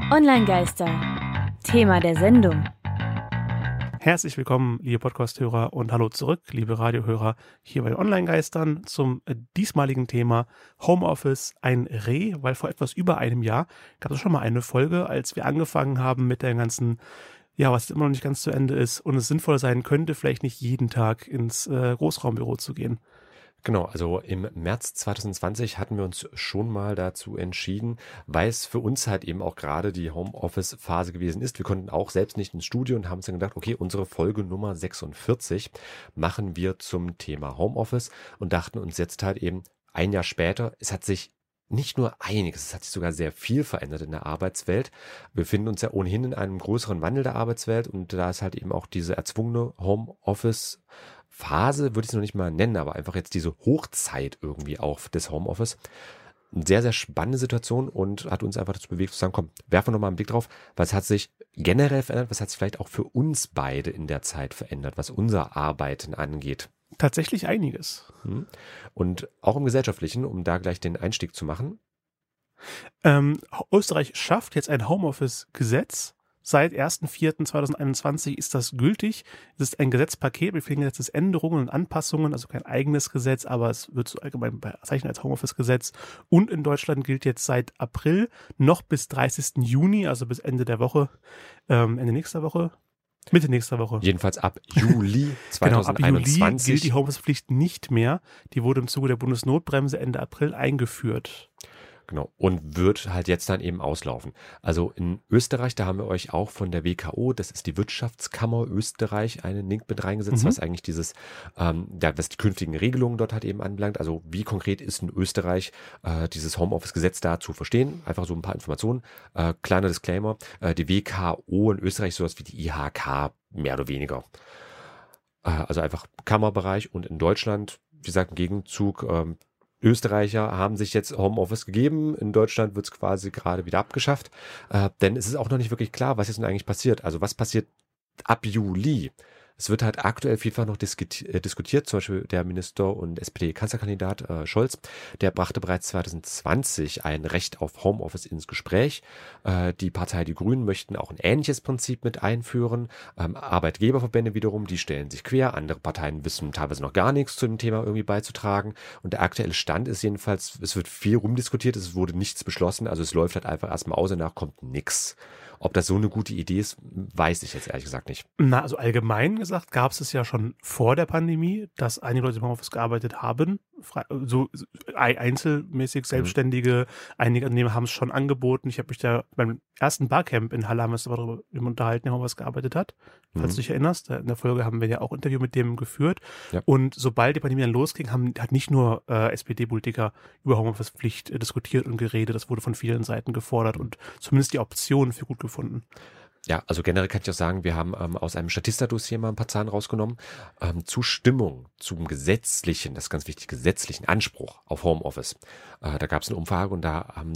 Online-Geister. Thema der Sendung. Herzlich willkommen, liebe Podcast-Hörer, und hallo zurück, liebe Radiohörer, hier bei den Online-Geistern zum diesmaligen Thema Homeoffice, ein Reh, weil vor etwas über einem Jahr gab es schon mal eine Folge, als wir angefangen haben mit der ganzen, ja, was immer noch nicht ganz zu Ende ist und es sinnvoll sein könnte, vielleicht nicht jeden Tag ins Großraumbüro zu gehen. Genau, also im März 2020 hatten wir uns schon mal dazu entschieden, weil es für uns halt eben auch gerade die Homeoffice-Phase gewesen ist. Wir konnten auch selbst nicht ins Studio und haben uns dann gedacht, okay, unsere Folge Nummer 46 machen wir zum Thema Homeoffice und dachten uns jetzt halt eben ein Jahr später, es hat sich nicht nur einiges, es hat sich sogar sehr viel verändert in der Arbeitswelt. Wir befinden uns ja ohnehin in einem größeren Wandel der Arbeitswelt und da ist halt eben auch diese erzwungene Homeoffice-Phase, würde ich es noch nicht mal nennen, aber einfach jetzt diese Hochzeit irgendwie auch des Homeoffice. Eine sehr, sehr spannende Situation und hat uns einfach dazu bewegt zu sagen, komm, werfen wir nochmal einen Blick drauf, was hat sich generell verändert, was hat sich vielleicht auch für uns beide in der Zeit verändert, was unser Arbeiten angeht. Tatsächlich einiges. Und auch im Gesellschaftlichen, um da gleich den Einstieg zu machen. Österreich schafft jetzt ein Homeoffice-Gesetz. Seit 1.4.2021 ist das gültig. Es ist ein Gesetzpaket mit vielen Gesetzesänderungen und Anpassungen, also kein eigenes Gesetz, aber es wird so allgemein bezeichnet als Homeoffice-Gesetz. Und in Deutschland gilt jetzt seit April noch bis 30. Juni, also bis Ende der Woche, Ende nächster Woche. Mitte nächster Woche. Jedenfalls ab Juli 2021. Genau, ab Juli gilt die Homeoffice-Pflicht nicht mehr. Die wurde im Zuge der Bundesnotbremse Ende April eingeführt. Genau, und wird halt jetzt dann eben auslaufen. Also in Österreich, da haben wir euch auch von der WKO, das ist die Wirtschaftskammer Österreich, einen Link mit reingesetzt, was eigentlich dieses, was die künftigen Regelungen dort halt eben anbelangt. Also wie konkret ist in Österreich dieses Homeoffice-Gesetz da zu verstehen? Einfach so ein paar Informationen. Kleiner Disclaimer, die WKO in Österreich ist sowas wie die IHK, mehr oder weniger. Also einfach Kammerbereich und in Deutschland, wie gesagt, im Gegenzug, Österreicher haben sich jetzt Homeoffice gegeben. In Deutschland wird es quasi gerade wieder abgeschafft. Denn es ist auch noch nicht wirklich klar, was jetzt nun eigentlich passiert. Also was passiert ab Juli? Es wird halt aktuell vielfach noch diskutiert. Zum Beispiel der Minister und SPD-Kanzlerkandidat Scholz, der brachte bereits 2020 ein Recht auf Homeoffice ins Gespräch. Die Partei Die Grünen möchten auch ein ähnliches Prinzip mit einführen. Arbeitgeberverbände wiederum, die stellen sich quer. Andere Parteien wissen teilweise noch gar nichts zu dem Thema irgendwie beizutragen. Und der aktuelle Stand ist jedenfalls, es wird viel rumdiskutiert, es wurde nichts beschlossen. Also es läuft halt einfach erstmal aus und danach kommt nichts. Ob das so eine gute Idee ist, weiß ich jetzt ehrlich gesagt nicht. Na, also allgemein gesagt gab es ja schon vor der Pandemie, dass einige Leute im Homeoffice gearbeitet haben, so einzelmäßig Selbstständige, einige Unternehmen haben es schon angeboten. Ich habe mich da beim ersten Barcamp in Halle haben wir uns darüber unterhalten, der Homeoffice gearbeitet hat. Falls du dich erinnerst, in der Folge haben wir ja auch Interview mit dem geführt. Ja. Und sobald die Pandemie dann losging, hat nicht nur SPD-Politiker über Homeoffice-Pflicht diskutiert und geredet, das wurde von vielen Seiten gefordert und zumindest die Option für gut gefunden. Ja, also generell kann ich auch sagen, wir haben aus einem Statista-Dossier mal ein paar Zahlen rausgenommen. Zustimmung zum gesetzlichen, das ist ganz wichtig, gesetzlichen Anspruch auf Homeoffice. Da gab es eine Umfrage und da haben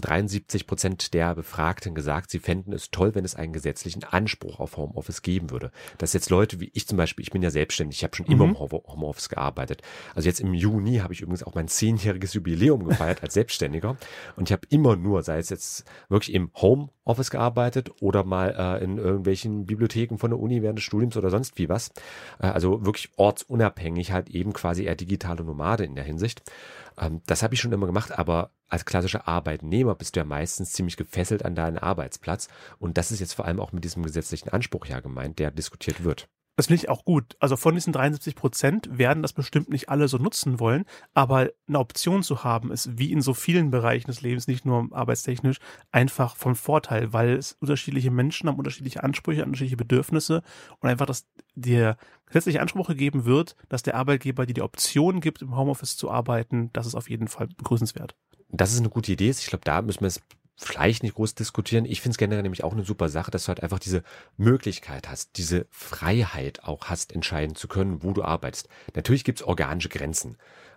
73% der Befragten gesagt, sie fänden es toll, wenn es einen gesetzlichen Anspruch auf Homeoffice geben würde. Dass jetzt Leute wie ich zum Beispiel, ich bin ja selbstständig, ich habe schon immer im Homeoffice gearbeitet. Also jetzt im Juni habe ich übrigens auch mein 10-jähriges Jubiläum gefeiert als Selbstständiger und ich habe immer nur, sei es jetzt wirklich im Homeoffice gearbeitet oder mal in irgendwelchen Bibliotheken von der Uni während des Studiums oder sonst wie was. Also wirklich ortsunabhängig, halt eben quasi eher digitale Nomade in der Hinsicht. Das habe ich schon immer gemacht, aber als klassischer Arbeitnehmer bist du ja meistens ziemlich gefesselt an deinen Arbeitsplatz. Und das ist jetzt vor allem auch mit diesem gesetzlichen Anspruch ja gemeint, der diskutiert wird. Das finde ich auch gut. Also von diesen 73% werden das bestimmt nicht alle so nutzen wollen, aber eine Option zu haben, ist wie in so vielen Bereichen des Lebens, nicht nur arbeitstechnisch, einfach von Vorteil, weil es unterschiedliche Menschen haben unterschiedliche Ansprüche, unterschiedliche Bedürfnisse und einfach, dass der gesetzliche Anspruch gegeben wird, dass der Arbeitgeber dir die Option gibt, im Homeoffice zu arbeiten, das ist auf jeden Fall begrüßenswert. Das ist eine gute Idee. Ich glaube, da müssen wir es vielleicht nicht groß diskutieren. Ich finde es generell nämlich auch eine super Sache, dass du halt einfach diese Möglichkeit hast, diese Freiheit auch hast, entscheiden zu können, wo du arbeitest. Natürlich gibt es organische Grenzen.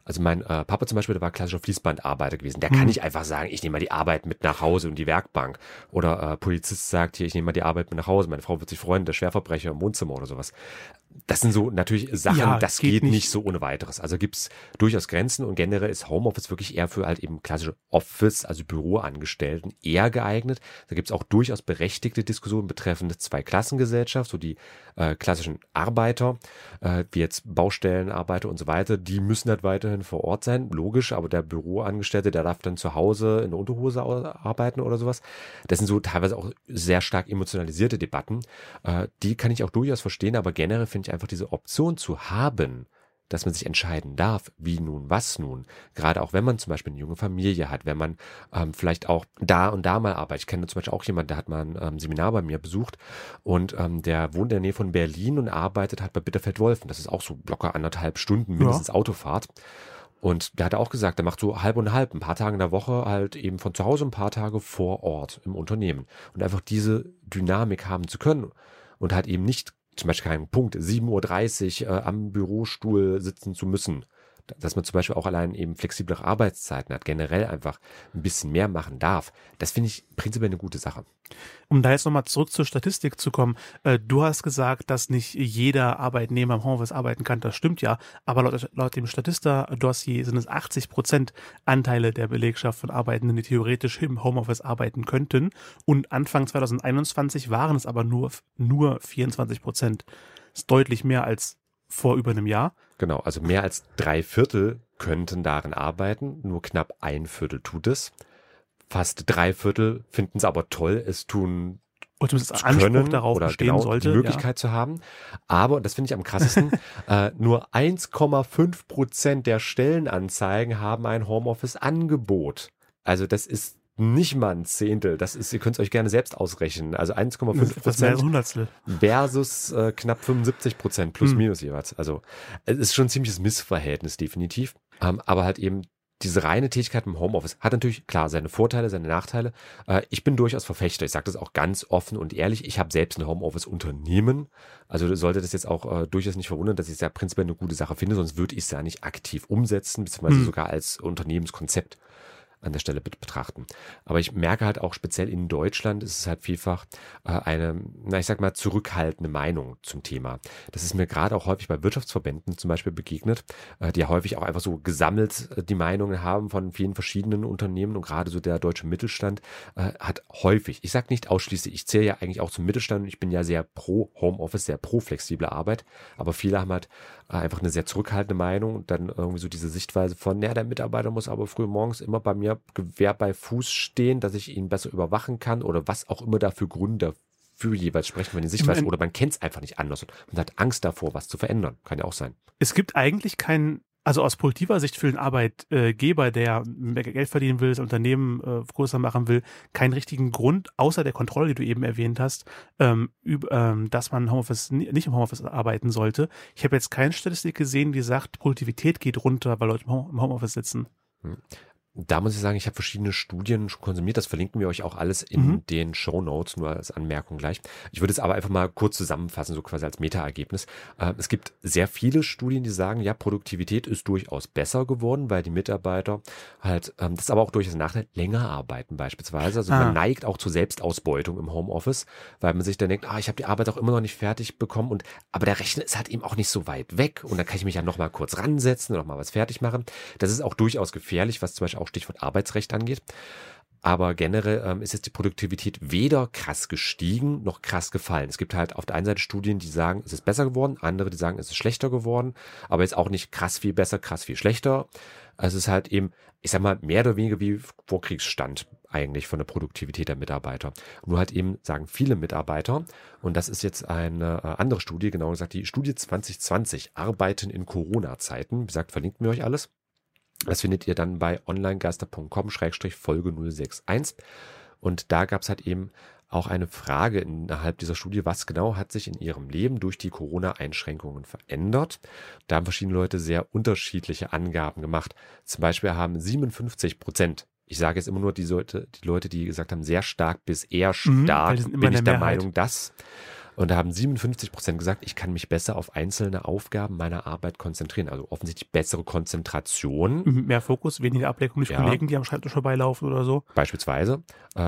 Also mein Papa zum Beispiel, der war klassischer Fließbandarbeiter gewesen. Der kann nicht einfach sagen, ich nehme mal die Arbeit mit nach Hause und die Werkbank. Oder Polizist sagt hier, ich nehme mal die Arbeit mit nach Hause. Meine Frau wird sich freuen, der Schwerverbrecher im Wohnzimmer oder sowas. Das sind so natürlich Sachen, das geht nicht so ohne weiteres. Also gibt's durchaus Grenzen und generell ist Homeoffice wirklich eher für halt eben klassische Office, also Büroangestellten eher geeignet. Da gibt's auch durchaus berechtigte Diskussionen betreffend Zweiklassengesellschaft, so die klassischen Arbeiter, wie jetzt Baustellenarbeiter und so weiter, die müssen halt weiterhin vor Ort sein, logisch, aber der Büroangestellte, der darf dann zu Hause in der Unterhose arbeiten oder sowas. Das sind so teilweise auch sehr stark emotionalisierte Debatten. Die kann ich auch durchaus verstehen, aber generell finde ich einfach diese Option zu haben, dass man sich entscheiden darf, wie nun, was nun. Gerade auch wenn man zum Beispiel eine junge Familie hat, wenn man vielleicht auch da und da mal arbeitet. Ich kenne zum Beispiel auch jemanden, der hat mal ein Seminar bei mir besucht und der wohnt in der Nähe von Berlin und arbeitet halt bei Bitterfeld-Wolfen. Das ist auch so locker 1,5 Stunden mindestens Autofahrt. Und der hat auch gesagt, der macht so halb und halb, ein paar Tage in der Woche halt eben von zu Hause, ein paar Tage vor Ort im Unternehmen. Und einfach diese Dynamik haben zu können und halt eben nicht zum Beispiel keinen Punkt, 7:30 Uhr am Bürostuhl sitzen zu müssen. Dass man zum Beispiel auch allein eben flexiblere Arbeitszeiten hat, generell einfach ein bisschen mehr machen darf. Das finde ich prinzipiell eine gute Sache. Um da jetzt nochmal zurück zur Statistik zu kommen, du hast gesagt, dass nicht jeder Arbeitnehmer im Homeoffice arbeiten kann, das stimmt ja, aber laut dem Statista-Dossier sind es 80% Anteile der Belegschaft von Arbeitenden, die theoretisch im Homeoffice arbeiten könnten und Anfang 2021 waren es aber nur 24%. Das ist deutlich mehr als vor über einem Jahr. Genau, also mehr als 3/4 könnten darin arbeiten, nur knapp 1/4 tut es. Fast 3/4 finden es aber toll, es tun oder zumindest Anspruch darauf oder bestehen genau sollte, die Möglichkeit zu haben. Aber, und das finde ich am krassesten, nur 1,5% der Stellenanzeigen haben ein Homeoffice-Angebot. Also das ist nicht mal ein Zehntel. Das ist, ihr könnt es euch gerne selbst ausrechnen. Also 1,5% versus knapp 75% plus minus jeweils. Also es ist schon ein ziemliches Missverhältnis definitiv. Aber halt eben diese reine Tätigkeit im Homeoffice hat natürlich, klar, seine Vorteile, seine Nachteile. Ich bin durchaus Verfechter. Ich sage das auch ganz offen und ehrlich. Ich habe selbst ein Homeoffice-Unternehmen. Also sollte das jetzt auch durchaus nicht verwundern, dass ich es ja prinzipiell eine gute Sache finde, sonst würde ich es ja nicht aktiv umsetzen, beziehungsweise sogar als Unternehmenskonzept an der Stelle betrachten. Aber ich merke halt auch speziell in Deutschland ist es halt vielfach eine, ich sag mal, zurückhaltende Meinung zum Thema. Das ist mir gerade auch häufig bei Wirtschaftsverbänden zum Beispiel begegnet, die ja häufig auch einfach so gesammelt die Meinungen haben von vielen verschiedenen Unternehmen und gerade so der deutsche Mittelstand hat häufig, ich sag nicht ausschließlich, ich zähle ja eigentlich auch zum Mittelstand und ich bin ja sehr pro Homeoffice, sehr pro flexible Arbeit, aber viele haben halt einfach eine sehr zurückhaltende Meinung und dann irgendwie so diese Sichtweise von, der Mitarbeiter muss aber früh morgens immer bei mir Gewehr bei Fuß stehen, dass ich ihn besser überwachen kann oder was auch immer da für Gründe dafür jeweils sprechen, wenn die Sichtweise oder man kennt es einfach nicht anders und hat Angst davor, was zu verändern. Kann ja auch sein. Es gibt eigentlich keinen, also aus positiver Sicht für den Arbeitgeber, der mehr Geld verdienen will, das Unternehmen größer machen will, keinen richtigen Grund, außer der Kontrolle, die du eben erwähnt hast, dass man nicht im Homeoffice arbeiten sollte. Ich habe jetzt keine Statistik gesehen, die sagt, Produktivität geht runter, weil Leute im Homeoffice sitzen. Da muss ich sagen, ich habe verschiedene Studien schon konsumiert. Das verlinken wir euch auch alles in den Shownotes, nur als Anmerkung gleich. Ich würde es aber einfach mal kurz zusammenfassen, so quasi als Meta-Ergebnis. Es gibt sehr viele Studien, die sagen, ja, Produktivität ist durchaus besser geworden, weil die Mitarbeiter halt, das ist aber auch durchaus ein Nachteil, länger arbeiten beispielsweise. Also man neigt auch zur Selbstausbeutung im Homeoffice, weil man sich dann denkt, ich habe die Arbeit auch immer noch nicht fertig bekommen aber der Rechner ist halt eben auch nicht so weit weg und da kann ich mich ja noch mal kurz ransetzen und noch mal was fertig machen. Das ist auch durchaus gefährlich, was zum Beispiel auch Stichwort Arbeitsrecht angeht. Aber generell ist jetzt die Produktivität weder krass gestiegen noch krass gefallen. Es gibt halt auf der einen Seite Studien, die sagen, es ist besser geworden, andere, die sagen, es ist schlechter geworden, aber jetzt auch nicht krass viel besser, krass viel schlechter. Also es ist halt eben, ich sag mal, mehr oder weniger wie Vorkriegsstand eigentlich von der Produktivität der Mitarbeiter. Nur halt eben sagen viele Mitarbeiter, und das ist jetzt eine andere Studie, genauer gesagt die Studie 2020, Arbeiten in Corona-Zeiten, wie gesagt, verlinken wir euch alles. Das findet ihr dann bei onlinegeister.com/Folge 061. Und da gab es halt eben auch eine Frage innerhalb dieser Studie, was genau hat sich in ihrem Leben durch die Corona-Einschränkungen verändert. Da haben verschiedene Leute sehr unterschiedliche Angaben gemacht. Zum Beispiel haben 57%, ich sage jetzt immer nur die Leute, die gesagt haben, sehr stark bis eher stark, bin ich der Meinung, dass Und da haben 57% gesagt, ich kann mich besser auf einzelne Aufgaben meiner Arbeit konzentrieren. Also offensichtlich bessere Konzentration. Mehr Fokus, weniger Ablenkung durch Kollegen, die am Schreibtisch vorbeilaufen oder so. Beispielsweise.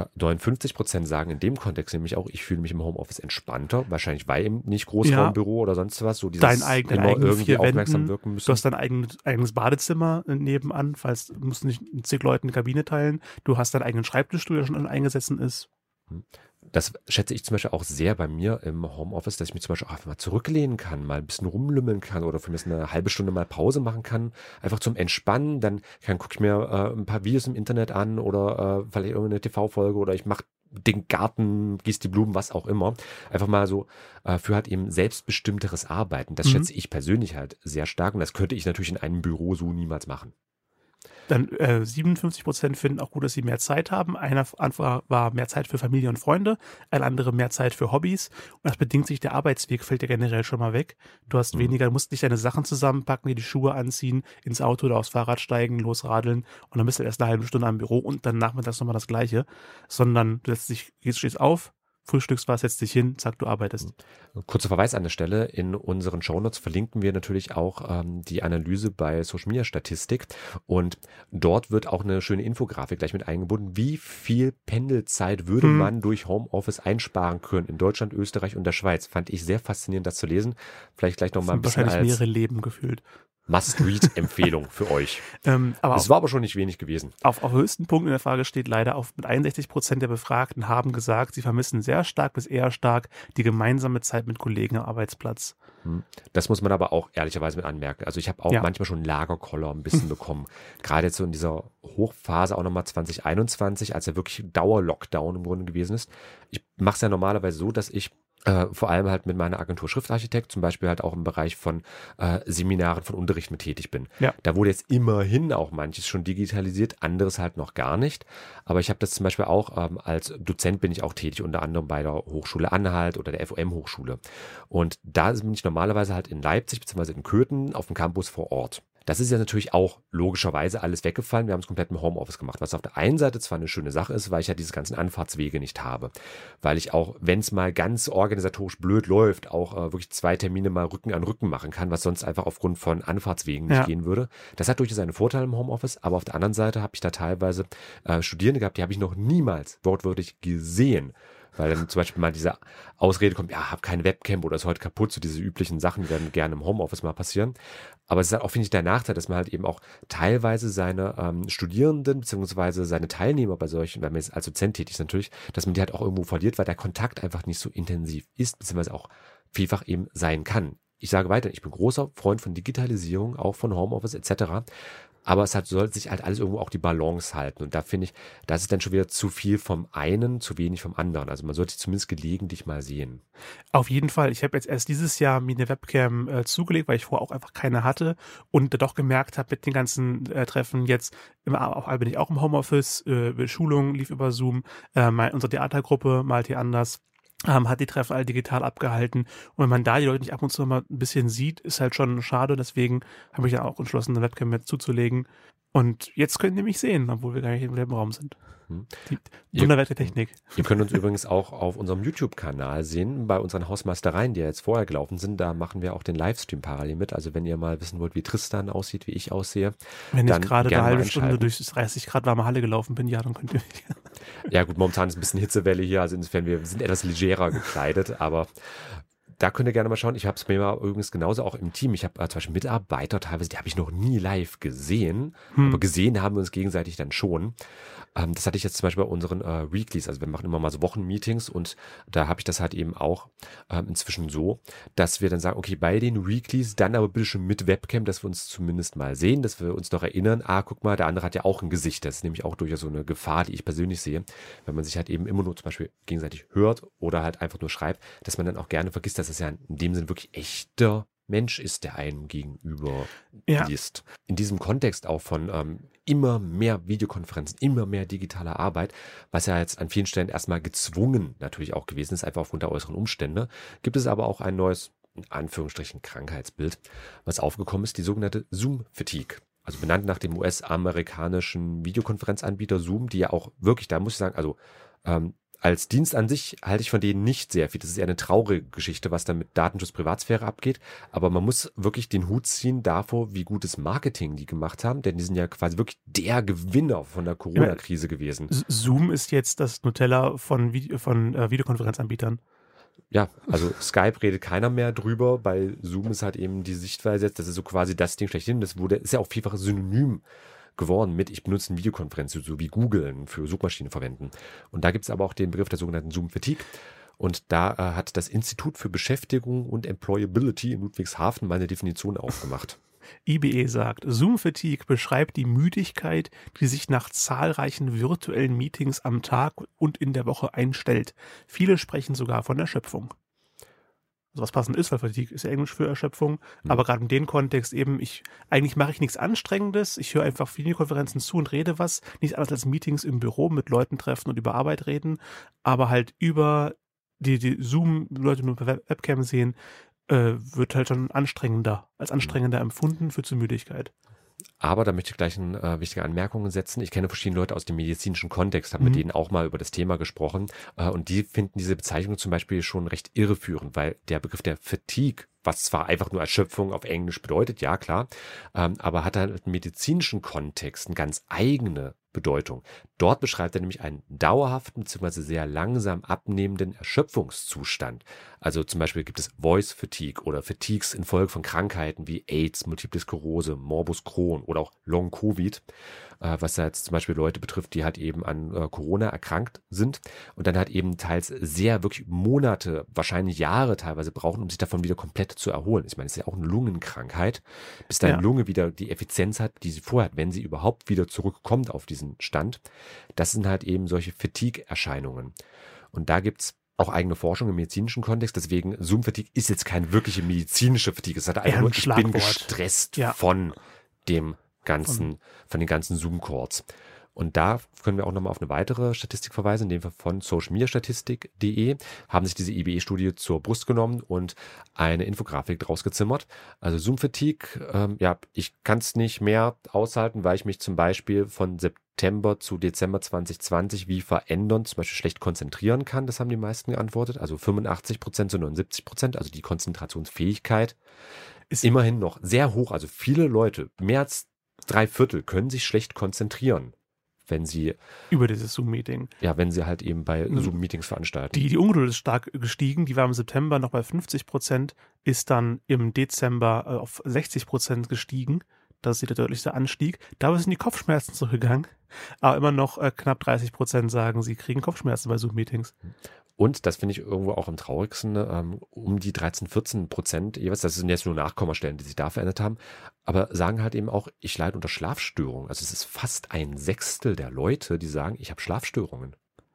59% sagen in dem Kontext nämlich auch, ich fühle mich im Homeoffice entspannter. Wahrscheinlich, weil eben nicht Großraumbüro oder sonst was. So dieses dein eigenen irgendwie 4 aufmerksam Wänden, wirken müssen. du hast dein eigenes Badezimmer nebenan, falls du musst nicht mit zig Leuten eine Kabine teilen. Du hast deinen eigenen Schreibtischstuhl, der schon eingesetzt ist. Das schätze ich zum Beispiel auch sehr bei mir im Homeoffice, dass ich mich zum Beispiel auch einfach mal zurücklehnen kann, mal ein bisschen rumlümmeln kann oder für mich eine halbe Stunde mal Pause machen kann, einfach zum Entspannen. Dann gucke ich mir ein paar Videos im Internet an oder vielleicht irgendeine TV-Folge oder ich mache den Garten, gieße die Blumen, was auch immer. Einfach mal so für halt eben selbstbestimmteres Arbeiten. Das schätze ich persönlich halt sehr stark und das könnte ich natürlich in einem Büro so niemals machen. Dann 57% finden auch gut, dass sie mehr Zeit haben. Einer Antwort war mehr Zeit für Familie und Freunde, ein anderer mehr Zeit für Hobbys. Und das bedingt sich, der Arbeitsweg fällt ja generell schon mal weg. Du hast weniger, musst nicht deine Sachen zusammenpacken, dir die Schuhe anziehen, ins Auto oder aufs Fahrrad steigen, losradeln und dann bist du erst eine halbe Stunde am Büro und dann nachmittags nochmal das Gleiche. Sondern du stehst auf, frühstückst was, setzt dich hin, zack, du arbeitest. Kurzer Verweis an der Stelle, in unseren Shownotes verlinken wir natürlich auch die Analyse bei Social Media Statistik und dort wird auch eine schöne Infografik gleich mit eingebunden, wie viel Pendelzeit würde man durch Homeoffice einsparen können in Deutschland, Österreich und der Schweiz. Fand ich sehr faszinierend, das zu lesen. Vielleicht gleich noch mal ein bisschen wahrscheinlich mehrere Leben gefühlt. Must-Read-Empfehlung für euch. Es war aber schon nicht wenig gewesen. Auf höchsten Punkt in der Frage steht leider, mit 61% der Befragten haben gesagt, sie vermissen sehr stark bis eher stark die gemeinsame Zeit mit Kollegen am Arbeitsplatz. Das muss man aber auch ehrlicherweise mit anmerken. Also ich habe auch manchmal schon Lagerkoller ein bisschen bekommen. Gerade jetzt so in dieser Hochphase auch nochmal 2021, als ja wirklich Dauer-Lockdown im Grunde gewesen ist. Ich mache es ja normalerweise so, dass ich vor allem halt mit meiner Agentur Schriftarchitekt zum Beispiel halt auch im Bereich von Seminaren, von Unterricht mit tätig bin. Ja. Da wurde jetzt immerhin auch manches schon digitalisiert, anderes halt noch gar nicht. Aber ich habe das zum Beispiel auch als Dozent bin ich auch tätig, unter anderem bei der Hochschule Anhalt oder der FOM-Hochschule. Und da bin ich normalerweise halt in Leipzig bzw. in Köthen auf dem Campus vor Ort. Das ist ja natürlich auch logischerweise alles weggefallen. Wir haben es komplett im Homeoffice gemacht, was auf der einen Seite zwar eine schöne Sache ist, weil ich ja diese ganzen Anfahrtswege nicht habe. Weil ich auch, wenn es mal ganz organisatorisch blöd läuft, auch wirklich 2 Termine mal Rücken an Rücken machen kann, was sonst einfach aufgrund von Anfahrtswegen nicht gehen würde. Das hat durchaus seine Vorteile im Homeoffice, aber auf der anderen Seite habe ich da teilweise Studierende gehabt, die habe ich noch niemals wortwörtlich gesehen. Weil dann zum Beispiel mal diese Ausrede kommt, ja, hab keine Webcam oder ist heute kaputt, so diese üblichen Sachen, die dann gerne im Homeoffice mal passieren. Aber es ist halt auch, finde ich, der Nachteil, dass man halt eben auch teilweise seine Studierenden beziehungsweise seine Teilnehmer bei solchen, wenn man jetzt als Dozent tätig ist natürlich, dass man die halt auch irgendwo verliert, weil der Kontakt einfach nicht so intensiv ist, beziehungsweise auch vielfach eben sein kann. Ich sage weiter, ich bin großer Freund von Digitalisierung, auch von Homeoffice etc., aber es sollte sich halt alles irgendwo auch die Balance halten. Und da finde ich, das ist dann schon wieder zu viel vom einen, zu wenig vom anderen. Also man sollte sich zumindest gelegentlich mal sehen. Auf jeden Fall. Ich habe jetzt erst dieses Jahr mir eine Webcam zugelegt, weil ich vorher auch einfach keine hatte und doch gemerkt habe mit den ganzen Treffen jetzt, bin ich auch im Homeoffice, Schulung lief über Zoom, unsere Theatergruppe Malte anders. Hat die Treffen alle digital abgehalten. Und wenn man da die Leute nicht ab und zu mal ein bisschen sieht, ist halt schon schade. Deswegen habe ich dann auch entschlossen, eine Webcam mit zuzulegen. Und jetzt könnt ihr mich sehen, obwohl wir gar nicht im selben Raum sind. Die Wunderwerk der Technik. Ihr könnt uns übrigens auch auf unserem YouTube-Kanal sehen, bei unseren Hausmeistereien, die ja jetzt vorher gelaufen sind. Da machen wir auch den Livestream parallel mit. Also wenn ihr mal wissen wollt, wie Tristan aussieht, wie ich aussehe. Wenn ich gerade eine halbe Stunde durch 30 Grad warme Halle gelaufen bin, ja, dann könnt ihr mich. Ja gut, momentan ist ein bisschen Hitzewelle hier, also insofern wir sind etwas legerer gekleidet, aber da könnt ihr gerne mal schauen. Ich habe es mir mal übrigens genauso auch im Team. Ich habe zum Beispiel Mitarbeiter teilweise, die habe ich noch nie live gesehen, aber gesehen haben wir uns gegenseitig dann schon. Das hatte ich jetzt zum Beispiel bei unseren Weeklies, also wir machen immer mal so Wochenmeetings und da habe ich das halt eben auch inzwischen so, dass wir dann sagen, okay, bei den Weeklies dann aber bitte schon mit Webcam, dass wir uns zumindest mal sehen, dass wir uns noch erinnern, guck mal, der andere hat ja auch ein Gesicht. Das ist nämlich auch durchaus so eine Gefahr, die ich persönlich sehe, wenn man sich halt eben immer nur zum Beispiel gegenseitig hört oder halt einfach nur schreibt, dass man dann auch gerne vergisst, dass es ja in dem Sinne wirklich echter Mensch ist, der einem gegenüber liest. In diesem Kontext auch von immer mehr Videokonferenzen, immer mehr digitaler Arbeit, was ja jetzt an vielen Stellen erstmal gezwungen natürlich auch gewesen ist, einfach aufgrund der äußeren Umstände, gibt es aber auch ein neues, in Anführungsstrichen, Krankheitsbild, was aufgekommen ist, die sogenannte Zoom-Fatigue. Also benannt nach dem US-amerikanischen Videokonferenzanbieter Zoom, die ja auch wirklich, da muss ich sagen, also als Dienst an sich halte ich von denen nicht sehr viel. Das ist eher eine traurige Geschichte, was dann mit Datenschutz, Privatsphäre abgeht. Aber man muss wirklich den Hut ziehen davor, wie gutes Marketing die gemacht haben, denn die sind ja quasi wirklich der Gewinner von der Corona-Krise gewesen. Zoom ist jetzt das Nutella von Videokonferenzanbietern. Ja, also Skype redet keiner mehr drüber. Bei Zoom ist halt eben die Sichtweise jetzt, das ist so quasi das Ding schlechthin. Das ist ja auch vielfach synonym geworden mit, ich benutze eine Videokonferenz, so wie Googlen für Suchmaschinen verwenden. Und da gibt es aber auch den Begriff der sogenannten Zoom-Fatigue. Und da hat das Institut für Beschäftigung und Employability in Ludwigshafen mal eine Definition aufgemacht. IBE sagt, Zoom-Fatigue beschreibt die Müdigkeit, die sich nach zahlreichen virtuellen Meetings am Tag und in der Woche einstellt. Viele sprechen sogar von Erschöpfung. Also was passend ist, weil Fatigue ist ja Englisch für Erschöpfung, aber gerade in dem Kontext eben, eigentlich mache ich nichts Anstrengendes, ich höre einfach Videokonferenzen zu und rede was, nicht anders als Meetings im Büro mit Leuten treffen und über Arbeit reden, aber halt über die Zoom-Leute nur per Webcam sehen, wird halt schon als anstrengender empfunden, führt zur Müdigkeit. Aber da möchte ich gleich eine wichtige Anmerkung setzen. Ich kenne verschiedene Leute aus dem medizinischen Kontext, habe mit denen auch mal über das Thema gesprochen. Und die finden diese Bezeichnung zum Beispiel schon recht irreführend, weil der Begriff der Fatigue, was zwar einfach nur Erschöpfung auf Englisch bedeutet, ja klar, aber hat halt im medizinischen Kontext eine ganz eigene Bedeutung. Dort beschreibt er nämlich einen dauerhaften bzw. sehr langsam abnehmenden Erschöpfungszustand. Also zum Beispiel gibt es Voice Fatigue oder Fatigues infolge von Krankheiten wie AIDS, Multiple Sklerose, Morbus Crohn oder auch Long Covid, was da jetzt zum Beispiel Leute betrifft, die halt eben an Corona erkrankt sind und dann halt eben teils sehr wirklich Monate, wahrscheinlich Jahre teilweise brauchen, um sich davon wieder komplett zu erholen. Ich meine, es ist ja auch eine Lungenkrankheit, bis deine Lunge wieder die Effizienz hat, die sie vorher hat, wenn sie überhaupt wieder zurückkommt auf diesen Stand. Das sind halt eben solche Fatigue-Erscheinungen. Und da gibt's auch eigene Forschung im medizinischen Kontext, deswegen Zoom-Fatigue ist jetzt keine wirkliche medizinische Fatigue. Es hat einfach nur, ich bin gestresst von den ganzen Zoom-Calls. Und da können wir auch nochmal auf eine weitere Statistik verweisen, in dem Fall von socialmediastatistik.de, haben sich diese IBE-Studie zur Brust genommen und eine Infografik draus gezimmert. Also Zoom-Fatigue, ich kann es nicht mehr aushalten, weil ich mich zum Beispiel von September zu Dezember 2020 wie verändern, zum Beispiel schlecht konzentrieren kann. Das haben die meisten geantwortet. Also 85% zu 79%, also die Konzentrationsfähigkeit ist immerhin noch sehr hoch. Also viele Leute, mehr als 3/4, können sich schlecht konzentrieren, wenn sie über dieses Zoom-Meeting. Ja, wenn sie halt eben bei Zoom-Meetings veranstalten. Die Ungeduld ist stark gestiegen, die war im September noch bei 50%, ist dann im Dezember auf 60% gestiegen. Das ist der deutlichste Anstieg. Dabei sind die Kopfschmerzen zurückgegangen, aber immer noch knapp 30% sagen, sie kriegen Kopfschmerzen bei Zoom-Meetings. Und das finde ich irgendwo auch am traurigsten, um die 13-14% jeweils, das sind jetzt nur Nachkommastellen, die sich da verändert haben, aber sagen halt eben auch, ich leide unter Schlafstörungen. Also es ist fast 1/6 der Leute, die sagen, ich habe Schlafstörungen.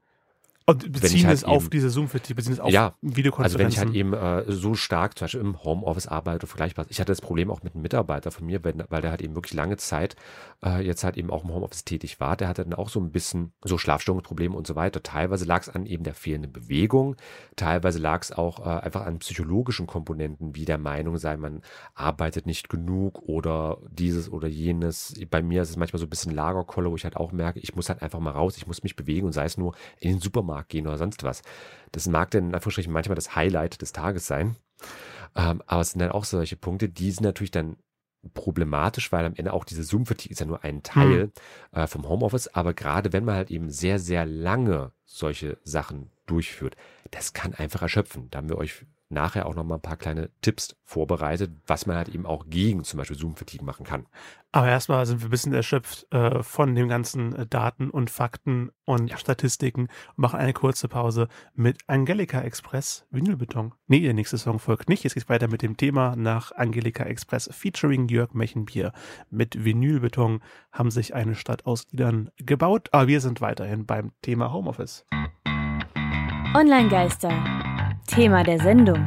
Und beziehen es auf diese Zoom-Fatigue, beziehen es auf Videokonferenzen. Also wenn ich halt eben so stark zum Beispiel im Homeoffice arbeite, vergleichbar. Ich hatte das Problem auch mit einem Mitarbeiter von mir, weil der halt eben wirklich lange Zeit jetzt halt eben auch im Homeoffice tätig war. Der hatte dann auch so ein bisschen so Schlafstörungsprobleme und so weiter. Teilweise lag es an eben der fehlenden Bewegung. Teilweise lag es auch einfach an psychologischen Komponenten, wie der Meinung sei, man arbeitet nicht genug oder dieses oder jenes. Bei mir ist es manchmal so ein bisschen Lagerkolle, wo ich halt auch merke, ich muss halt einfach mal raus, ich muss mich bewegen und sei es nur in den Supermarkt gehen oder sonst was. Das mag dann in Anführungsstrichen manchmal das Highlight des Tages sein. Aber es sind dann auch solche Punkte, die sind natürlich dann problematisch, weil am Ende auch diese Zoom-Fatigue ist ja nur ein Teil vom Homeoffice. Aber gerade wenn man halt eben sehr, sehr lange solche Sachen durchführt, das kann einfach erschöpfen. Da haben wir euch nachher auch nochmal ein paar kleine Tipps vorbereitet, was man halt eben auch gegen zum Beispiel Zoom-Fatigue machen kann. Aber erstmal sind wir ein bisschen erschöpft von den ganzen Daten und Fakten und Statistiken und machen eine kurze Pause mit Angelika Express Vinylbeton. Nee, der nächste Song folgt nicht. Jetzt geht's weiter mit dem Thema nach Angelika Express featuring Jörg Mechenbier. Mit Vinylbeton haben sich eine Stadt aus Liedern gebaut, aber wir sind weiterhin beim Thema Homeoffice. Online-Geister. Thema der Sendung.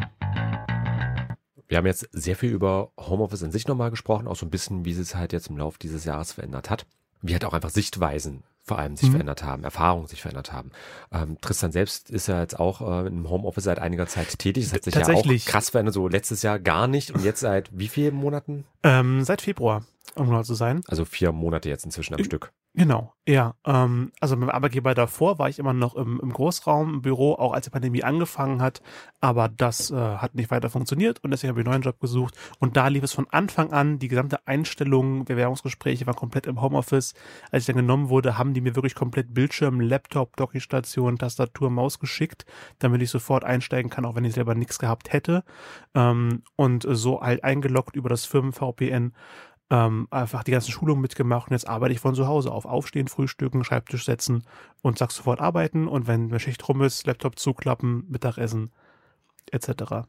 Wir haben jetzt sehr viel über Homeoffice in sich nochmal gesprochen, auch so ein bisschen, wie es halt jetzt im Laufe dieses Jahres verändert hat. Wie halt auch einfach Sichtweisen vor allem sich verändert haben, Erfahrungen sich verändert haben. Tristan selbst ist ja jetzt auch im Homeoffice seit einiger Zeit tätig. Das hat sich ja auch krass verändert, so letztes Jahr gar nicht und jetzt seit wie vielen Monaten? Seit Februar, um genau zu sein. Also 4 Monate jetzt inzwischen am Stück. Genau, ja. Also beim Arbeitgeber davor war ich immer noch im Großraum, im Büro, auch als die Pandemie angefangen hat. Aber das hat nicht weiter funktioniert und deswegen habe ich einen neuen Job gesucht. Und da lief es von Anfang an, die gesamte Einstellung, Bewerbungsgespräche waren komplett im Homeoffice. Als ich dann genommen wurde, haben die mir wirklich komplett Bildschirm, Laptop, Dockingstation, Tastatur, Maus geschickt, damit ich sofort einsteigen kann, auch wenn ich selber nichts gehabt hätte. Und so halt eingeloggt über das Firmen-VPN. Einfach die ganzen Schulungen mitgemacht und jetzt arbeite ich von zu Hause auf. Aufstehen, frühstücken, Schreibtisch setzen und sag sofort arbeiten und wenn eine Schicht rum ist, Laptop zuklappen, Mittagessen etc.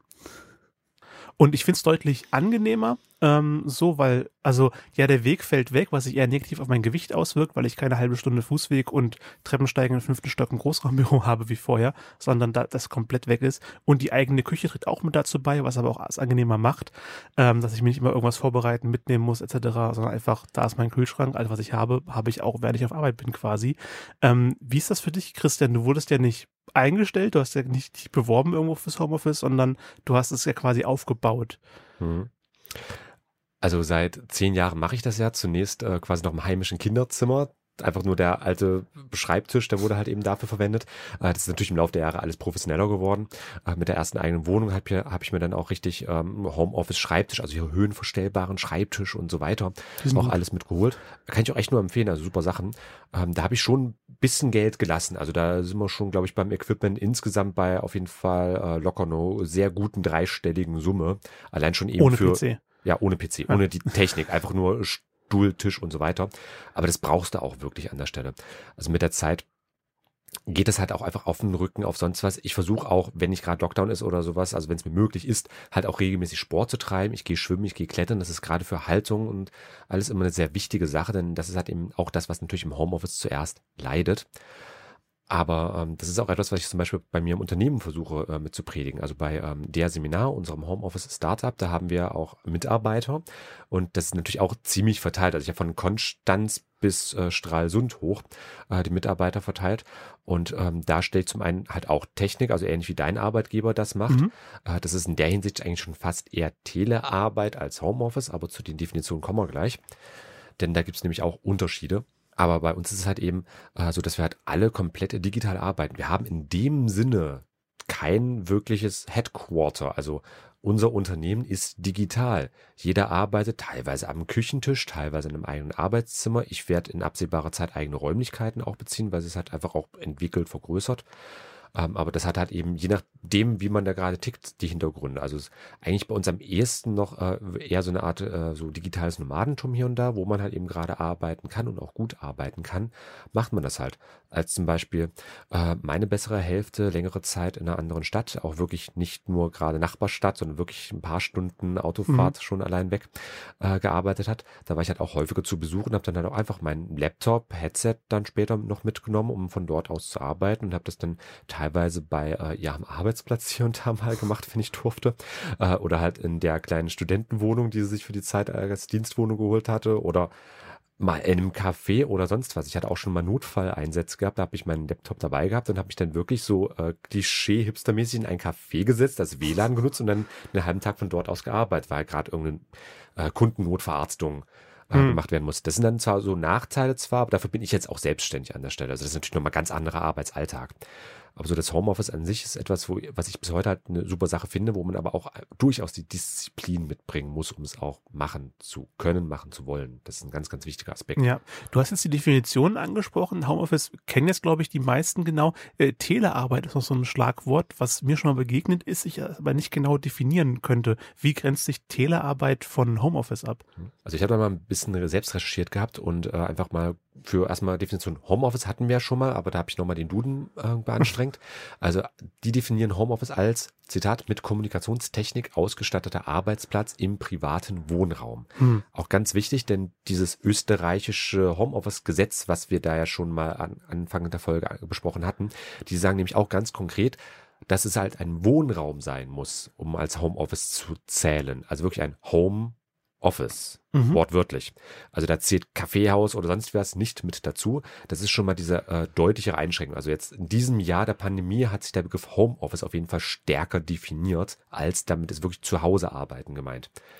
Und ich finde es deutlich angenehmer, weil, also ja, der Weg fällt weg, was sich eher negativ auf mein Gewicht auswirkt, weil ich keine halbe Stunde Fußweg und Treppensteigen im 5. Stock im Großraumbüro habe wie vorher, sondern das komplett weg ist. Und die eigene Küche tritt auch mit dazu bei, was aber auch alles angenehmer macht, dass ich mir nicht immer irgendwas vorbereiten, mitnehmen muss etc., sondern einfach, da ist mein Kühlschrank, alles was ich habe ich auch, während ich auf Arbeit bin quasi. Wie ist das für dich, Christian? Du wurdest ja nicht eingestellt, du hast ja nicht dich beworben irgendwo fürs Homeoffice, sondern du hast es ja quasi aufgebaut. Mhm. Also seit 10 Jahren mache ich das ja. Zunächst quasi noch im heimischen Kinderzimmer. Einfach nur der alte Schreibtisch, der wurde halt eben dafür verwendet. Das ist natürlich im Laufe der Jahre alles professioneller geworden. Mit der ersten eigenen Wohnung hab ich mir dann auch richtig Homeoffice-Schreibtisch, also hier höhenverstellbaren Schreibtisch und so weiter, auch gut. alles mitgeholt. Kann ich auch echt nur empfehlen, also super Sachen. Da habe ich schon ein bisschen Geld gelassen. Also da sind wir schon, glaube ich, beim Equipment insgesamt bei auf jeden Fall locker eine sehr guten dreistelligen Summe. Allein schon eben Ohne für... PC. Ja, ohne PC, ohne die Technik, einfach nur Stuhl, Tisch und so weiter. Aber das brauchst du auch wirklich an der Stelle. Also mit der Zeit geht es halt auch einfach auf den Rücken, auf sonst was. Ich versuche auch, wenn nicht gerade Lockdown ist oder sowas, also wenn es mir möglich ist, halt auch regelmäßig Sport zu treiben. Ich gehe schwimmen, ich gehe klettern. Das ist gerade für Haltung und alles immer eine sehr wichtige Sache, denn das ist halt eben auch das, was natürlich im Homeoffice zuerst leidet. Aber das ist auch etwas, was ich zum Beispiel bei mir im Unternehmen versuche mit zu predigen. Also bei der Seminar, unserem Homeoffice-Startup, da haben wir auch Mitarbeiter und das ist natürlich auch ziemlich verteilt. Also ich habe von Konstanz bis Stralsund hoch die Mitarbeiter verteilt und da stellt zum einen halt auch Technik, also ähnlich wie dein Arbeitgeber das macht. Das ist in der Hinsicht eigentlich schon fast eher Telearbeit als Homeoffice, aber zu den Definitionen kommen wir gleich. Denn da gibt es nämlich auch Unterschiede. Aber bei uns ist es halt eben so, dass wir halt alle komplett digital arbeiten. Wir haben in dem Sinne kein wirkliches Headquarter. Also unser Unternehmen ist digital. Jeder arbeitet teilweise am Küchentisch, teilweise in einem eigenen Arbeitszimmer. Ich werde in absehbarer Zeit eigene Räumlichkeiten auch beziehen, weil es halt einfach auch entwickelt, vergrößert. Aber das hat halt eben, je nachdem, wie man da gerade tickt, die Hintergründe. Also es ist eigentlich bei uns am ehesten noch eher so eine Art so digitales Nomadentum hier und da, wo man halt eben gerade arbeiten kann und auch gut arbeiten kann, macht man das halt. Als zum Beispiel meine bessere Hälfte längere Zeit in einer anderen Stadt, auch wirklich nicht nur gerade Nachbarstadt, sondern wirklich ein paar Stunden Autofahrt schon allein weg gearbeitet hat. Da war ich halt auch häufiger zu Besuch und habe dann halt auch einfach meinen Laptop, Headset dann später noch mitgenommen, um von dort aus zu arbeiten und habe das dann teilweise bei am Arbeitsplatz hier und da mal gemacht, wenn ich durfte. Oder halt in der kleinen Studentenwohnung, die sie sich für die Zeit als Dienstwohnung geholt hatte. Oder mal in einem Café oder sonst was. Ich hatte auch schon mal Notfalleinsätze gehabt, da habe ich meinen Laptop dabei gehabt und habe mich dann wirklich so Klischee-hipstermäßig in ein Café gesetzt, das WLAN genutzt und dann einen halben Tag von dort aus gearbeitet, weil gerade irgendeine Kundennotverarbeitung gemacht werden muss. Das sind dann zwar so Nachteile zwar, aber dafür bin ich jetzt auch selbstständig an der Stelle. Also das ist natürlich nochmal ganz anderer Arbeitsalltag. Aber so das Homeoffice an sich ist etwas, was ich bis heute halt eine super Sache finde, wo man aber auch durchaus die Disziplin mitbringen muss, um es auch machen zu können, machen zu wollen. Das ist ein ganz, ganz wichtiger Aspekt. Ja, du hast jetzt die Definition angesprochen. Homeoffice kennen jetzt, glaube ich, die meisten genau. Telearbeit ist noch so ein Schlagwort, was mir schon mal begegnet ist, ich aber nicht genau definieren könnte. Wie grenzt sich Telearbeit von Homeoffice ab? Also ich habe da mal ein bisschen selbst recherchiert gehabt und einfach mal für erstmal Definition Homeoffice hatten wir ja schon mal, aber da habe ich nochmal den Duden beanstrengt. Also die definieren Homeoffice als, Zitat, mit Kommunikationstechnik ausgestatteter Arbeitsplatz im privaten Wohnraum. Auch ganz wichtig, denn dieses österreichische Homeoffice-Gesetz, was wir da ja schon mal an Anfang der Folge besprochen hatten, die sagen nämlich auch ganz konkret, dass es halt ein Wohnraum sein muss, um als Homeoffice zu zählen. Also wirklich ein Homeoffice, wortwörtlich. Also da zählt Kaffeehaus oder sonst was nicht mit dazu. Das ist schon mal diese deutlichere Einschränkung. Also jetzt in diesem Jahr der Pandemie hat sich der Begriff Homeoffice auf jeden Fall stärker definiert, als damit ist wirklich zu Hause arbeiten gemeint.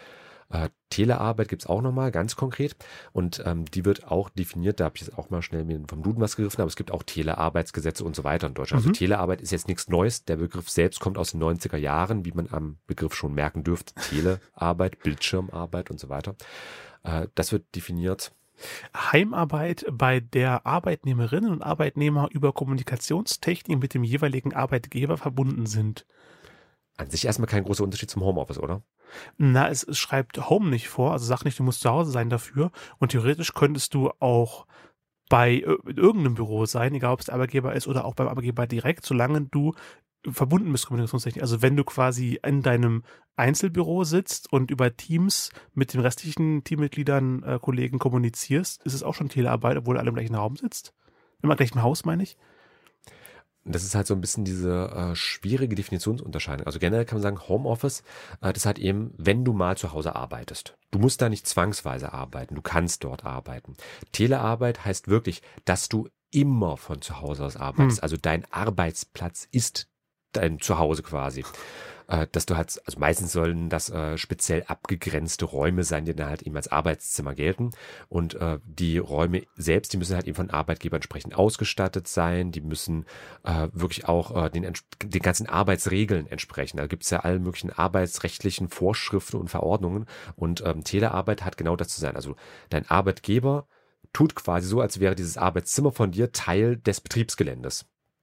Telearbeit gibt's auch nochmal, ganz konkret. Und die wird auch definiert, da habe ich jetzt auch mal schnell mir vom Duden was gegriffen, aber es gibt auch Telearbeitsgesetze und so weiter in Deutschland. Also Telearbeit ist jetzt nichts Neues. Der Begriff selbst kommt aus den 90er Jahren, wie man am Begriff schon merken dürfte. Telearbeit, Bildschirmarbeit und so weiter. Das wird definiert. Heimarbeit, bei der Arbeitnehmerinnen und Arbeitnehmer über Kommunikationstechnik mit dem jeweiligen Arbeitgeber verbunden sind. An sich erstmal kein großer Unterschied zum Homeoffice, oder? Na, es schreibt Home nicht vor, also sag nicht, du musst zu Hause sein dafür. Und theoretisch könntest du auch bei irgendeinem Büro sein, egal ob es der Arbeitgeber ist oder auch beim Arbeitgeber direkt, solange du verbunden bist Kommunikationstechnik. Also wenn du quasi in deinem Einzelbüro sitzt und über Teams mit den restlichen Teammitgliedern, Kollegen kommunizierst, ist es auch schon Telearbeit, obwohl du alle im gleichen Raum sitzt. Im gleichen Haus, meine ich. Das ist halt so ein bisschen diese schwierige Definitionsunterscheidung. Also generell kann man sagen, Homeoffice, das ist halt eben, wenn du mal zu Hause arbeitest. Du musst da nicht zwangsweise arbeiten, du kannst dort arbeiten. Telearbeit heißt wirklich, dass du immer von zu Hause aus arbeitest. Also dein Arbeitsplatz ist dein Zuhause quasi. Dass du halt, also meistens sollen das speziell abgegrenzte Räume sein, die dann halt eben als Arbeitszimmer gelten. Und die Räume selbst, die müssen halt eben von Arbeitgebern entsprechend ausgestattet sein. Die müssen wirklich auch den ganzen Arbeitsregeln entsprechen. Da gibt es ja alle möglichen arbeitsrechtlichen Vorschriften und Verordnungen. Und Telearbeit hat genau das zu sein. Also dein Arbeitgeber tut quasi so, als wäre dieses Arbeitszimmer von dir Teil des Betriebsgeländes.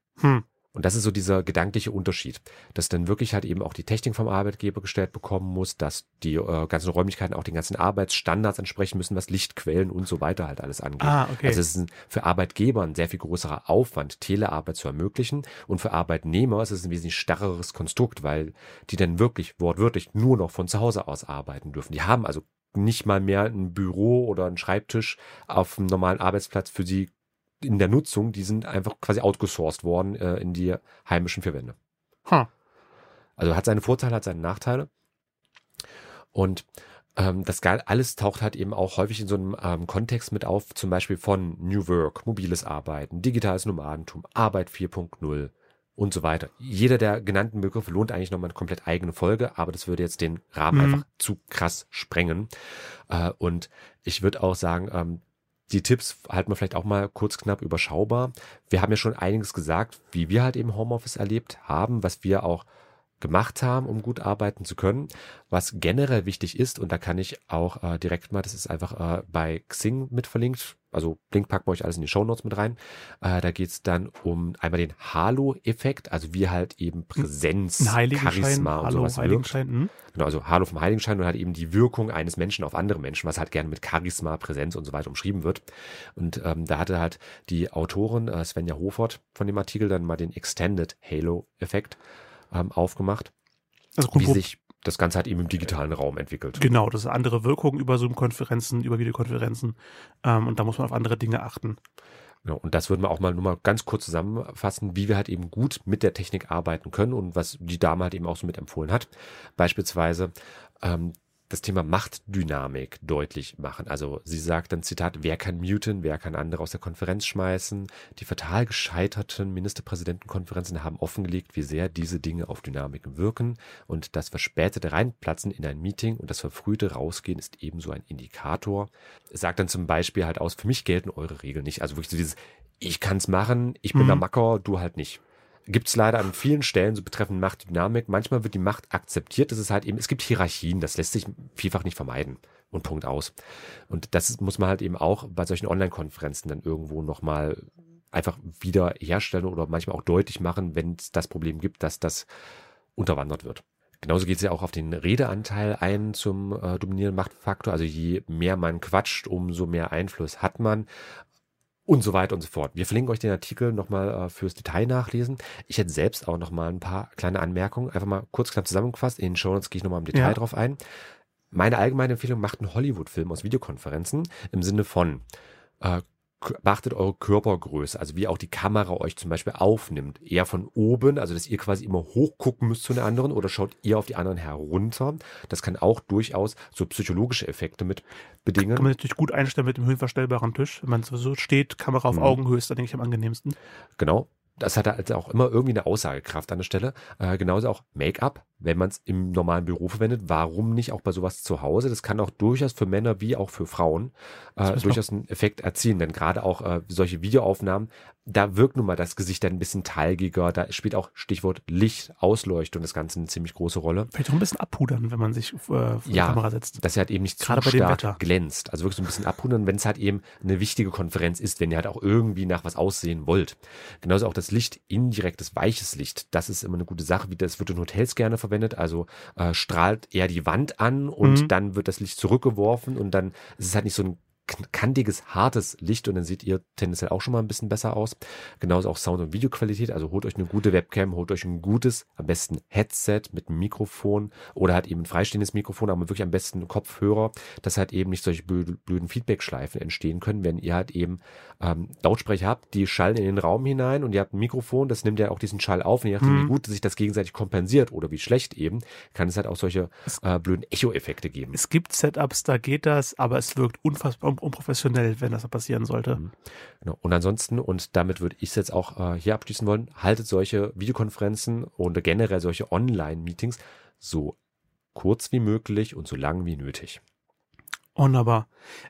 Und das ist so dieser gedankliche Unterschied, dass dann wirklich halt eben auch die Technik vom Arbeitgeber gestellt bekommen muss, dass die ganzen Räumlichkeiten auch den ganzen Arbeitsstandards entsprechen müssen, was Lichtquellen und so weiter halt alles angeht. Okay. Also es ist für Arbeitgeber ein sehr viel größerer Aufwand, Telearbeit zu ermöglichen, und für Arbeitnehmer ist es ein wesentlich starreres Konstrukt, weil die dann wirklich wortwörtlich nur noch von zu Hause aus arbeiten dürfen. Die haben also nicht mal mehr ein Büro oder einen Schreibtisch auf einem normalen Arbeitsplatz für sie in der Nutzung, die sind einfach quasi outgesourced worden in die heimischen vier Wände. Also hat seine Vorteile, hat seine Nachteile. Und das alles taucht halt eben auch häufig in so einem Kontext mit auf, zum Beispiel von New Work, mobiles Arbeiten, digitales Nomadentum, Arbeit 4.0 und so weiter. Jeder der genannten Begriffe lohnt eigentlich nochmal eine komplett eigene Folge, aber das würde jetzt den Rahmen einfach zu krass sprengen. Und ich würde auch sagen, die Tipps halten wir vielleicht auch mal kurz knapp überschaubar. Wir haben ja schon einiges gesagt, wie wir halt eben Homeoffice erlebt haben, was wir auch gemacht haben, um gut arbeiten zu können. Was generell wichtig ist, und da kann ich auch direkt mal, das ist einfach bei Xing mit verlinkt, also Link packen wir euch alles in die Shownotes mit rein. Da geht es dann um einmal den Halo-Effekt, also wie halt eben Präsenz, Charisma und sowas wirkt. Genau, also Halo vom Heiligenschein und halt eben die Wirkung eines Menschen auf andere Menschen, was halt gerne mit Charisma, Präsenz und so weiter umschrieben wird. Und da hatte halt die Autorin Svenja Hofert von dem Artikel dann mal den Extended Halo-Effekt aufgemacht, also wie sich das Ganze halt eben im digitalen Raum entwickelt. Genau, das ist eine andere Wirkung über Zoom-Konferenzen, über Videokonferenzen, und da muss man auf andere Dinge achten. Genau, und das würden wir auch mal nur mal ganz kurz zusammenfassen, wie wir halt eben gut mit der Technik arbeiten können und was die Dame halt eben auch so mit empfohlen hat. Beispielsweise das Thema Machtdynamik deutlich machen. Also sie sagt dann, Zitat, wer kann muten, wer kann andere aus der Konferenz schmeißen. Die fatal gescheiterten Ministerpräsidentenkonferenzen haben offengelegt, wie sehr diese Dinge auf Dynamiken wirken, und das verspätete Reinplatzen in ein Meeting und das verfrühte Rausgehen ist ebenso ein Indikator. Es sagt dann zum Beispiel halt aus, für mich gelten eure Regeln nicht. Also wirklich so dieses, ich kann's machen, ich bin der Macker, du halt nicht. Gibt es leider an vielen Stellen so betreffend Machtdynamik. Manchmal wird die Macht akzeptiert. Das ist halt eben, es gibt Hierarchien, das lässt sich vielfach nicht vermeiden. Und Punkt aus. Und das muss man halt eben auch bei solchen Online-Konferenzen dann irgendwo nochmal einfach wieder herstellen oder manchmal auch deutlich machen, wenn es das Problem gibt, dass das unterwandert wird. Genauso geht es ja auch auf den Redeanteil ein zum dominierenden Machtfaktor. Also je mehr man quatscht, umso mehr Einfluss hat man. Und so weiter und so fort. Wir verlinken euch den Artikel nochmal fürs Detail nachlesen. Ich hätte selbst auch nochmal ein paar kleine Anmerkungen, einfach mal kurz knapp zusammengefasst. In den Shownotes gehe ich nochmal im Detail drauf ein. Meine allgemeine Empfehlung, macht einen Hollywood-Film aus Videokonferenzen im Sinne von beachtet eure Körpergröße, also wie auch die Kamera euch zum Beispiel aufnimmt. Eher von oben, also dass ihr quasi immer hochgucken müsst zu den anderen, oder schaut ihr auf die anderen herunter. Das kann auch durchaus so psychologische Effekte mit bedingen. Kann man natürlich gut einstellen mit dem höhenverstellbaren Tisch. Wenn man so steht, Kamera auf Augenhöhe ist dann, denke ich, am angenehmsten. Genau. Das hat also auch immer irgendwie eine Aussagekraft an der Stelle. Genauso auch Make-up. wenn man es im normalen Büro verwendet, warum nicht auch bei sowas zu Hause? Das kann auch durchaus für Männer wie auch für Frauen durchaus einen Effekt erzielen, denn gerade auch solche Videoaufnahmen, da wirkt nun mal das Gesicht dann ein bisschen teilgiger, da spielt auch Stichwort Licht, Ausleuchtung das Ganze eine ziemlich große Rolle. Vielleicht auch ein bisschen abpudern, wenn man sich vor die Kamera setzt. Dass er halt eben nicht zu Gerade bei dem stark Wetter glänzt. Also wirklich so ein bisschen abpudern, wenn es halt eben eine wichtige Konferenz ist, wenn ihr halt auch irgendwie nach was aussehen wollt. Genauso auch das Licht, indirektes, weiches Licht, das ist immer eine gute Sache, wie das wird in Hotels gerne verwendet, also strahlt eher die Wand an und dann wird das Licht zurückgeworfen und dann ist es halt nicht so ein kantiges, hartes Licht und dann seht ihr tendenziell auch schon mal ein bisschen besser aus. Genauso auch Sound- und Videoqualität, also holt euch eine gute Webcam, holt euch ein gutes, am besten Headset mit einem Mikrofon oder halt eben ein freistehendes Mikrofon, aber wirklich am besten Kopfhörer, dass halt eben nicht solche blöden Feedback-Schleifen entstehen können, wenn ihr halt eben Lautsprecher habt, die schallen in den Raum hinein und ihr habt ein Mikrofon, das nimmt ja auch diesen Schall auf und je nachdem, wie gut sich das gegenseitig kompensiert oder wie schlecht eben, kann es halt auch solche blöden Echo-Effekte geben. Es gibt Setups, da geht das, aber es wirkt unfassbar unprofessionell, wenn das passieren sollte. Genau. Und ansonsten, und damit würde ich es jetzt auch hier abschließen wollen, haltet solche Videokonferenzen und generell solche Online-Meetings so kurz wie möglich und so lang wie nötig. Wunderbar.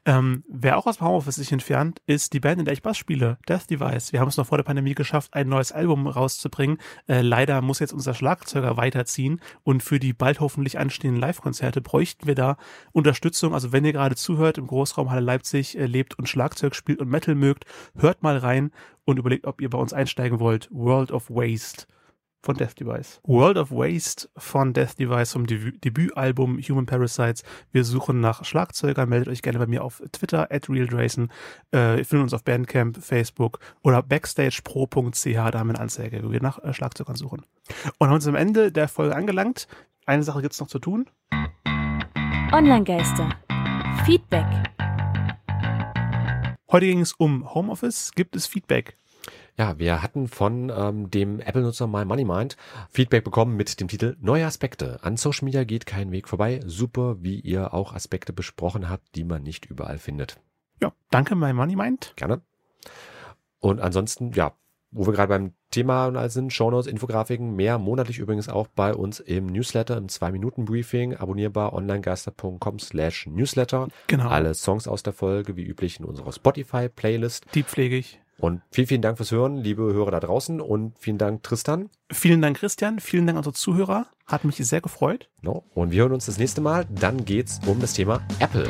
Wer auch aus dem Homeoffice sich entfernt, ist die Band, in der ich Bass spiele, Death Device. Wir haben es noch vor der Pandemie geschafft, ein neues Album rauszubringen. Leider muss jetzt unser Schlagzeuger weiterziehen und für die bald hoffentlich anstehenden Live-Konzerte bräuchten wir da Unterstützung. Also wenn ihr gerade zuhört, im Großraum Halle Leipzig lebt und Schlagzeug spielt und Metal mögt, hört mal rein und überlegt, ob ihr bei uns einsteigen wollt. World of Waste von Death Device. World of Waste von Death Device vom Debütalbum Human Parasites. Wir suchen nach Schlagzeugern. Meldet euch gerne bei mir auf Twitter @realdrayson. Ihr findet uns auf Bandcamp, Facebook oder backstagepro.ch. Da haben wir eine Anzeige, wo wir nach Schlagzeugern suchen. Und haben uns am Ende der Folge angelangt. Eine Sache gibt es noch zu tun. Online-Geister. Feedback. Heute ging es um Homeoffice. Gibt es Feedback? Ja, wir hatten von dem Apple-Nutzer MyMoneyMind Feedback bekommen mit dem Titel Neue Aspekte. An Social Media geht kein Weg vorbei. Super, wie ihr auch Aspekte besprochen habt, die man nicht überall findet. Ja, danke MyMoneyMind. Gerne. Und ansonsten, ja, wo wir gerade beim Thema sind, Shownotes, Infografiken, mehr monatlich übrigens auch bei uns im Newsletter, im 2-Minuten-Briefing, abonnierbar onlinegeister.com/Newsletter. Genau. Alle Songs aus der Folge, wie üblich, in unserer Spotify-Playlist. Die pflege ich. Und vielen Dank fürs Hören, liebe Hörer da draußen und vielen Dank, Tristan. Vielen Dank, Christian. Vielen Dank an unsere Zuhörer. Hat mich sehr gefreut. No. Und wir hören uns das nächste Mal. Dann geht's um das Thema Apple.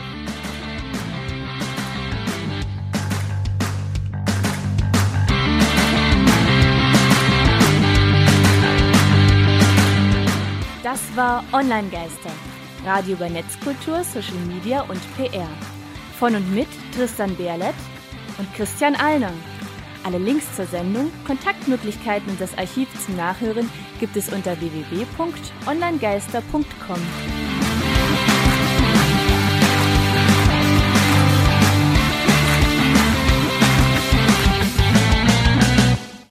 Das war Online-Geister. Radio über Netzkultur, Social Media und PR. Von und mit Tristan Berlet und Christian Allner. Alle Links zur Sendung, Kontaktmöglichkeiten und das Archiv zum Nachhören gibt es unter www.onlinegeister.com.